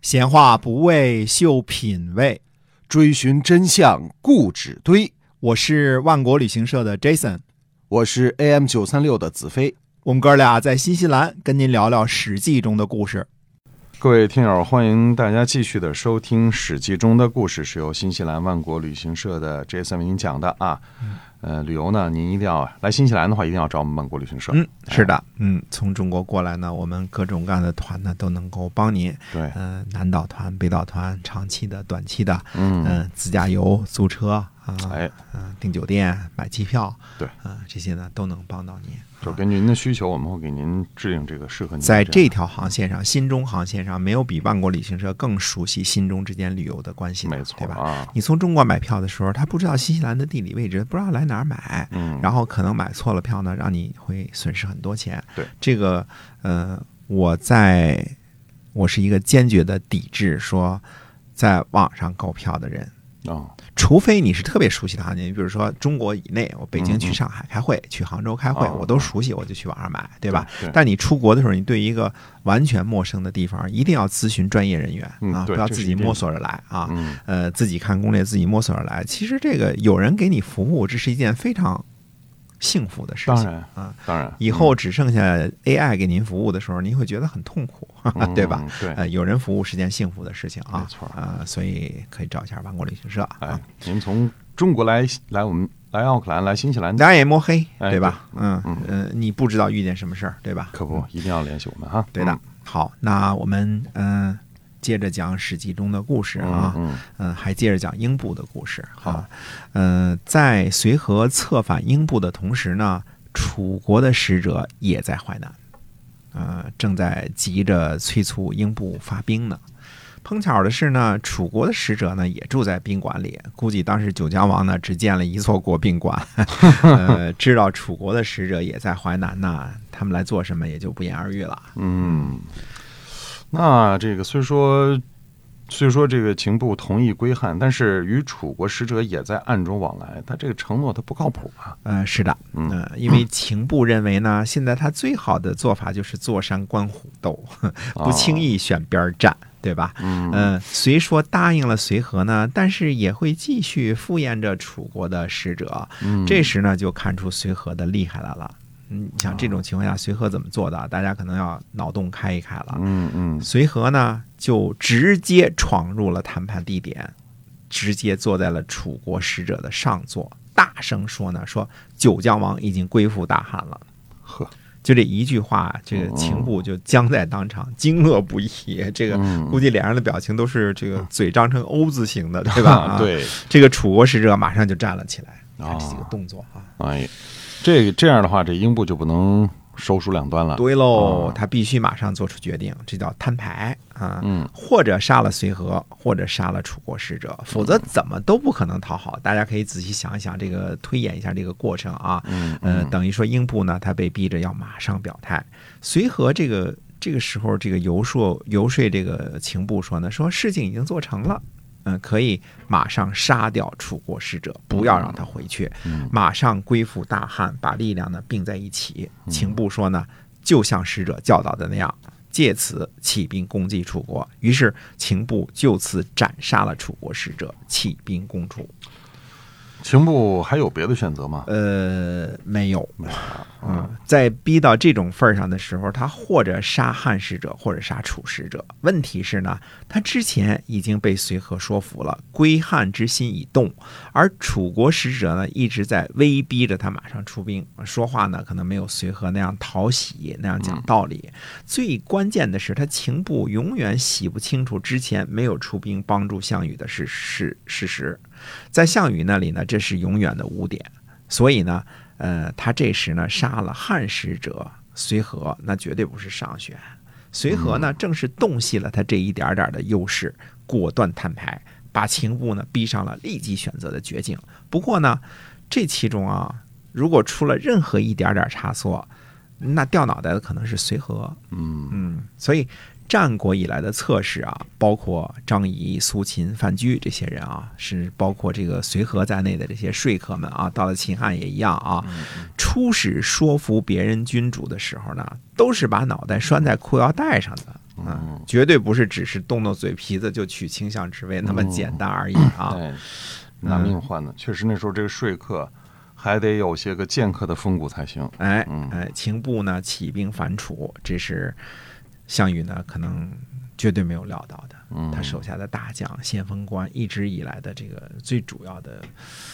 闲话不为秀品味， 追寻真相固执堆。 我是万国旅行社的 Jason， 我是 AM936 的子飞。 我们哥俩在新西兰跟您聊聊《史记》中的故事。 各位听友，欢迎大家继续的收听《史记》中的故事，是由新西兰万国旅行社的 Jason 为您讲的啊。旅游呢，您一定要来新西兰的话，一定要找我们万国旅行社。 是的，从中国过来呢，我们各种各样的团呢都能够帮您。 对， 南岛团、北岛团，长期的、短期的，自驾游、租车啊，订酒店、买机票， 对， 这些呢都能帮到您。 就根据您的需求，我们会给您制定这个适合您。 在这条航线上，新中航线上，没有比万国旅行社更熟悉新中之间旅游的关系的， 没错， 对吧？你从中国买票的时候，他不知道新西兰的地理位置，不知道来哪儿买，然后可能买错了票呢，让你会损失很多钱。 对， 这个我是一个坚决的抵制说在网上购票的人。除非你是特别熟悉的航线，比如说中国以内，我北京去上海开会，去杭州开会，我都熟悉，我就去网上买，对吧？但你出国的时候，你对一个完全陌生的地方，一定要咨询专业人员啊，不要自己摸索着来啊。自己看攻略，自己摸索着来。其实这个有人给你服务，这是一件非常幸福的事情。 当然， 以后只剩下 AI 给您服务的时候，您会觉得很痛苦，对吧？ 对， 有人服务是件幸福的事情啊， 没错所以可以找一下万国旅行社。 您从中国来我们来奥克兰，来新西兰， 两眼摸黑，对吧？ 对， 你不知道遇见什么事儿，对吧？ 可不，一定要联系我们哈。 对的。好，那我们接着讲《史记》中的故事啊，还接着讲英布的故事。 好， 在随和策反英布的同时呢，楚国的使者也在淮南，正在急着催促英布发兵呢。碰巧的是呢，楚国的使者呢也住在宾馆里，估计当时九江王呢只建了一座国宾馆，知道楚国的使者也在淮南呢，他们来做什么也就不言而喻了。 那这个虽说这个秦布同意归汉，但是与楚国使者也在暗中往来，他这个承诺他不靠谱啊。 是的，因为秦布认为呢，现在他最好的做法就是坐山观虎斗，不轻易选边站。对吧？虽说答应了随和呢，但是也会继续敷衍着楚国的使者。这时呢，就看出随和的厉害来了。像这种情况下，随和怎么做的？大家可能要脑洞开一开了。随和呢，就直接闯入了谈判地点，直接坐在了楚国使者的上座，大声说呢：“说九江王已经归附大汉了。” 呵。 就这一句话，这个秦布就僵在当场，惊愕不已。这个估计脸上的表情都是这个嘴张成 O 字形的，对吧？ 对， 这个楚国使者马上就站了起来，看这几个动作啊。 这样的话，这英布就不能手鼠两端了。 对喽，他必须马上做出决定，这叫摊牌啊。或者杀了随和，或者杀了楚国使者，否则怎么都不可能讨好。大家可以仔细想一想，这个推演一下这个过程啊。等于说英布呢，他被逼着要马上表态。随和这个时候，这个游说这个秦布说呢，说事情已经做成了。可以马上杀掉楚国使者，不要让他回去，马上归附大汉，把力量呢并在一起。秦布说呢，就像使者教导的那样，借此起兵攻击楚国。于是秦布就此斩杀了楚国使者，起兵攻楚。 秦布还有别的选择吗？ 没有。在逼到这种份上的时候，他或者杀汉使者，或者杀楚使者。问题是呢，他之前已经被随和说服了，归汉之心已动，而楚国使者呢一直在威逼着他马上出兵，说话呢可能没有随和那样讨喜，那样讲道理。最关键的是，他秦布永远洗不清楚之前没有出兵帮助项羽的事实。在项羽那里呢，这是永远的污点。所以呢，他这时呢杀了汉使者随和，那绝对不是上选。随和呢，正是洞悉了他这一点点的优势，果断摊牌，把秦布呢逼上了立即选择的绝境。不过呢，这其中啊，如果出了任何一点点差错，那掉脑袋的可能是随和。所以战国以来的侧室啊，包括张仪、苏秦、范雎这些人啊，是包括这个随和在内的这些说客们啊，到了秦汉也一样啊。初始说服别人君主的时候呢，都是把脑袋拴在裤腰带上的。 绝对不是只是动动嘴皮子就取卿相之位那么简单而已啊。 对，拿命换的，确实那时候这个说客还得有些个剑客的风骨才行。 秦布呢起兵反楚，这是项羽呢可能绝对没有料到的。他手下的大将先锋官一直以来的这个最主要的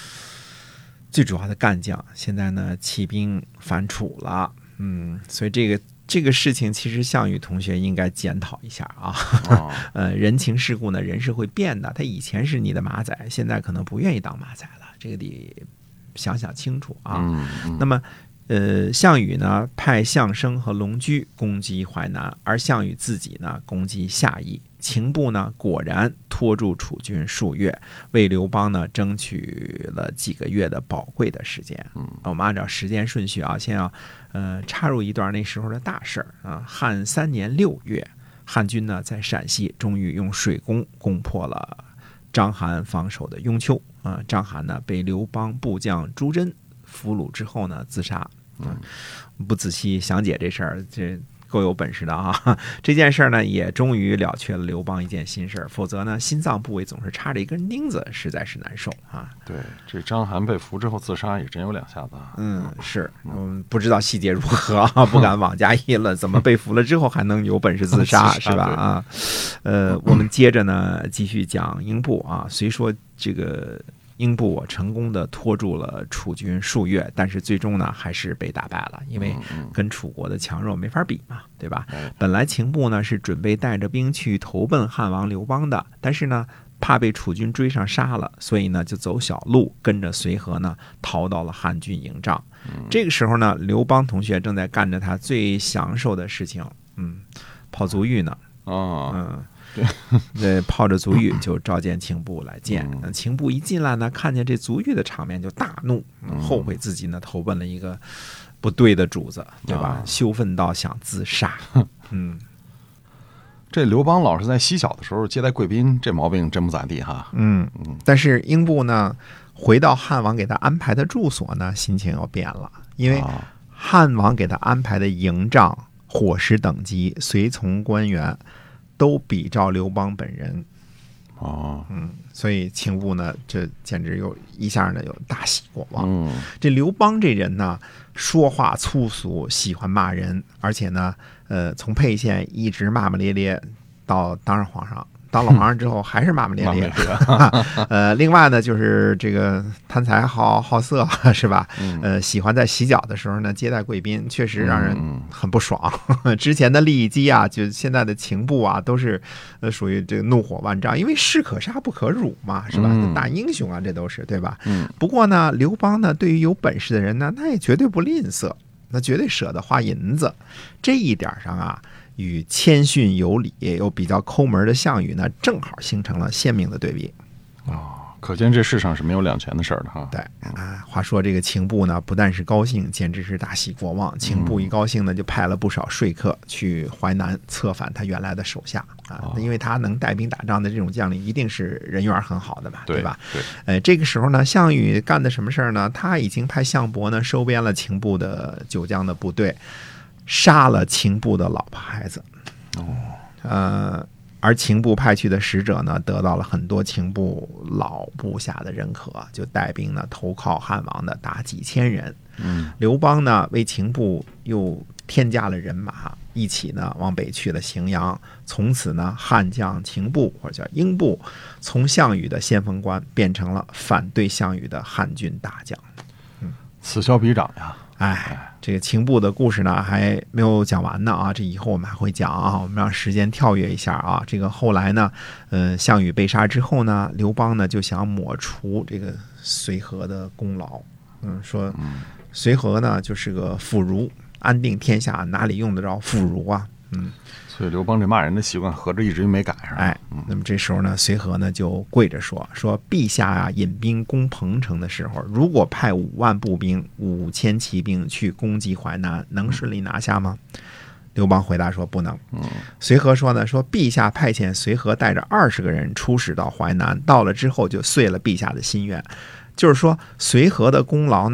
干将，现在呢起兵反楚了。所以这个事情其实项羽同学应该检讨一下啊。人情世故呢，人是会变的。他以前是你的马仔，现在可能不愿意当马仔了，这个得想想清楚啊。那么项羽呢派项生和龙驹攻击淮南，而项羽自己呢攻击下邑。秦部呢果然拖住楚军数月，为刘邦呢争取了几个月的宝贵的时间。我们按照时间顺序啊，先要插入一段那时候的大事啊。汉3年6月，汉军呢在陕西终于用水攻攻破了章邯防守的雍丘。章邯呢被刘邦部将朱珍俘虏之后呢自杀。不仔细详解这事儿，这够有本事的啊！这件事儿呢，也终于了却了刘邦一件心事儿，否则呢，心脏部位总是插着一根钉子，实在是难受啊。 对，这章邯被俘之后自杀也真有两下子啊。 是，不知道细节如何啊，不敢妄加议论。怎么被俘了之后还能有本事自杀，是吧？啊，我们接着呢继续讲英布啊。虽说这个英布成功的拖住了楚军数月，但是最终呢还是被打败了，因为跟楚国的强弱没法比嘛，对吧？本来秦布呢是准备带着兵去投奔汉王刘邦的，但是呢怕被楚军追上杀了，所以呢就走小路，跟着随和呢逃到了汉军营帐。这个时候呢，刘邦同学正在干着他最享受的事情，泡足浴呢。泡着足浴就召见秦布来见。秦布一进来呢，看见这足浴的场面就大怒，后悔自己呢投奔了一个不对的主子，对吧？羞愤到想自杀。 这刘邦老是在西小的时候接待贵宾，这毛病真不咋地哈。 但是英布呢，回到汉王给他安排的住所呢，心情又变了，因为汉王给他安排的营帐、伙食等级、随从官员都比照刘邦本人。所以秦布呢，这简直有一下呢有大喜过望。这刘邦这人呢，说话粗俗，喜欢骂人，而且呢，从沛县一直骂骂咧咧到当上皇上。当了皇上之后还是骂骂咧咧。另外呢，就是这个贪财好色，是吧？喜欢在洗脚的时候呢接待贵宾，确实让人很不爽。之前的利益姬啊，就现在的秦布啊，都是属于这个怒火万丈，因为士可杀不可辱嘛，是吧？大英雄啊，这都是对吧？不过呢，刘邦呢，对于有本事的人呢，那也绝对不吝啬，那绝对舍得花银子。这一点上啊，与谦逊有礼又比较抠门的项羽呢，正好形成了鲜明的对比。 可见这世上是没有两全的事儿的哈。 对话说这个秦布呢，不但是高兴，简直是大喜过望。秦布一高兴呢，就派了不少说客去淮南策反他原来的手下因为他能带兵打仗的这种将领，一定是人缘很好的嘛，对吧？这个时候呢，项羽干的什么事儿呢？他已经派项伯呢收编了秦布的9将的部队，杀了秦布的老婆孩子。而秦布派去的使者呢，得到了很多秦布老部下的认可，就带兵呢投靠汉王的达几千人。刘邦呢为秦布又添加了人马，一起呢往北去了荥阳。从此呢，汉将秦布或者叫英布，从项羽的先锋官变成了反对项羽的汉军大将。 此消彼长呀。 这个秦布的故事呢还没有讲完呢啊，这以后我们还会讲啊，我们让时间跳跃一下啊。这个后来呢，项羽被杀之后呢，刘邦呢就想抹除这个随和的功劳，说随和呢就是个妇孺，安定天下哪里用得着妇孺啊？ 所以刘邦这骂人的习惯合着一直没改上。 那么这时候呢，随和呢就跪着说陛下啊，引兵攻彭城的时候，如果派5万步兵、5000骑兵去攻击淮南，能顺利拿下吗？刘邦回答说不能。随和说陛下派遣随和带着20个人出使到淮南，到了之后就遂了陛下的心愿。就是说随和的功劳呢，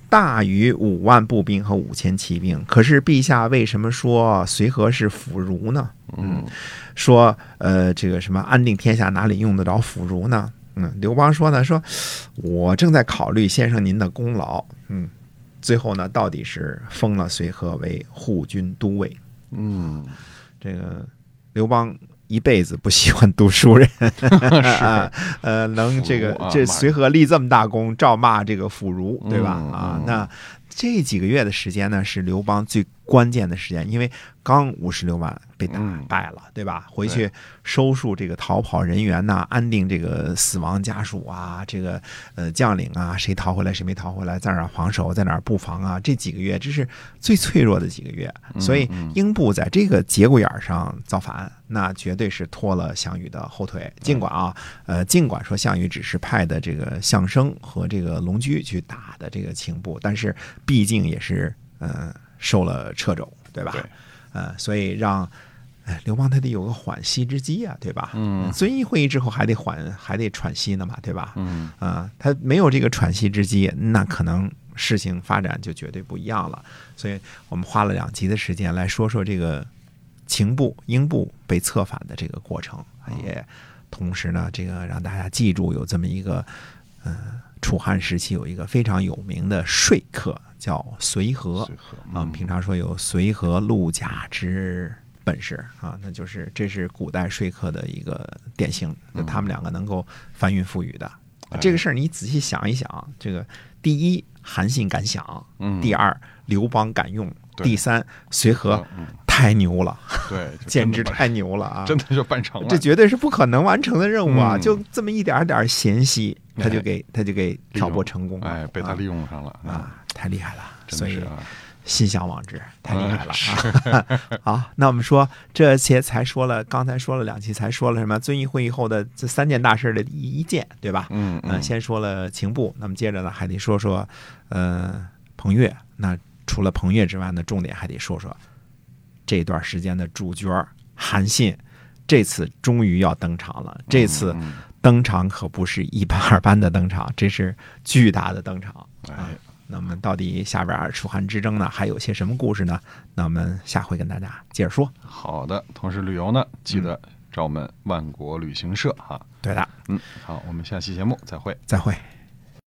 大于5万步兵和5000骑兵。可是陛下为什么说随和是辅儒呢？说这个什么安定天下哪里用得着辅儒呢？刘邦说呢，说我正在考虑先生您的功劳。最后呢，到底是封了随和为护军都尉。这个刘邦一辈子不喜欢读书人，能这随和立这么大功，照骂这个辅儒，对吧？那这几个月的时间呢，是刘邦最关键的时间，因为刚56万被打败了，对吧？回去收束这个逃跑人员呐，安定这个死亡家属啊，这个将领啊，谁逃回来谁没逃回来，在哪儿防守，在哪儿布防啊？这几个月这是最脆弱的几个月，所以英布在这个节骨眼上造反，那绝对是拖了项羽的后腿。尽管说项羽只是派的这个项生和这个龙驹去打的这个情部，但是毕竟也是受了掣肘，对吧？所以让刘邦他得有个缓息之机啊，对吧？遵义会议之后还得喘息呢嘛，对吧？他没有这个喘息之机，那可能事情发展就绝对不一样了。所以我们花了2集的时间来说说这个秦部、英部被策反的这个过程，也同时呢，这个让大家记住有这么一个楚汉时期有一个非常有名的说客叫随和平常说有随和陆贾之本事啊，那就是这是古代说客的一个典型，就他们两个能够翻云覆雨的。这个事儿你仔细想一想，这个第一韩信敢想，第二刘邦敢用，第三随和太牛了， 对， 简直太牛了啊！ 真的就办成了， 这绝对是不可能完成的任务啊！就这么一点点嫌隙，他就给挑拨成功了， 被他利用上了啊！太厉害了， 所以心向往之，太厉害了啊！好，那我们说这些才说了，刚才说了2期，才说了什么？遵义会议后的这3件大事的第一件，对吧？先说了秦部，那么接着呢还得说说彭越。那除了彭越之外呢，重点还得说说这段时间的主角韩信，这次终于要登场了。这次登场可不是一般2般的登场，这是巨大的登场。那么到底下边楚汉之争呢，还有些什么故事呢？那我们下回跟大家接着说。 好的，同时旅游呢，记得找我们万国旅行社哈。 对的， 好，我们下期节目再会。 再会。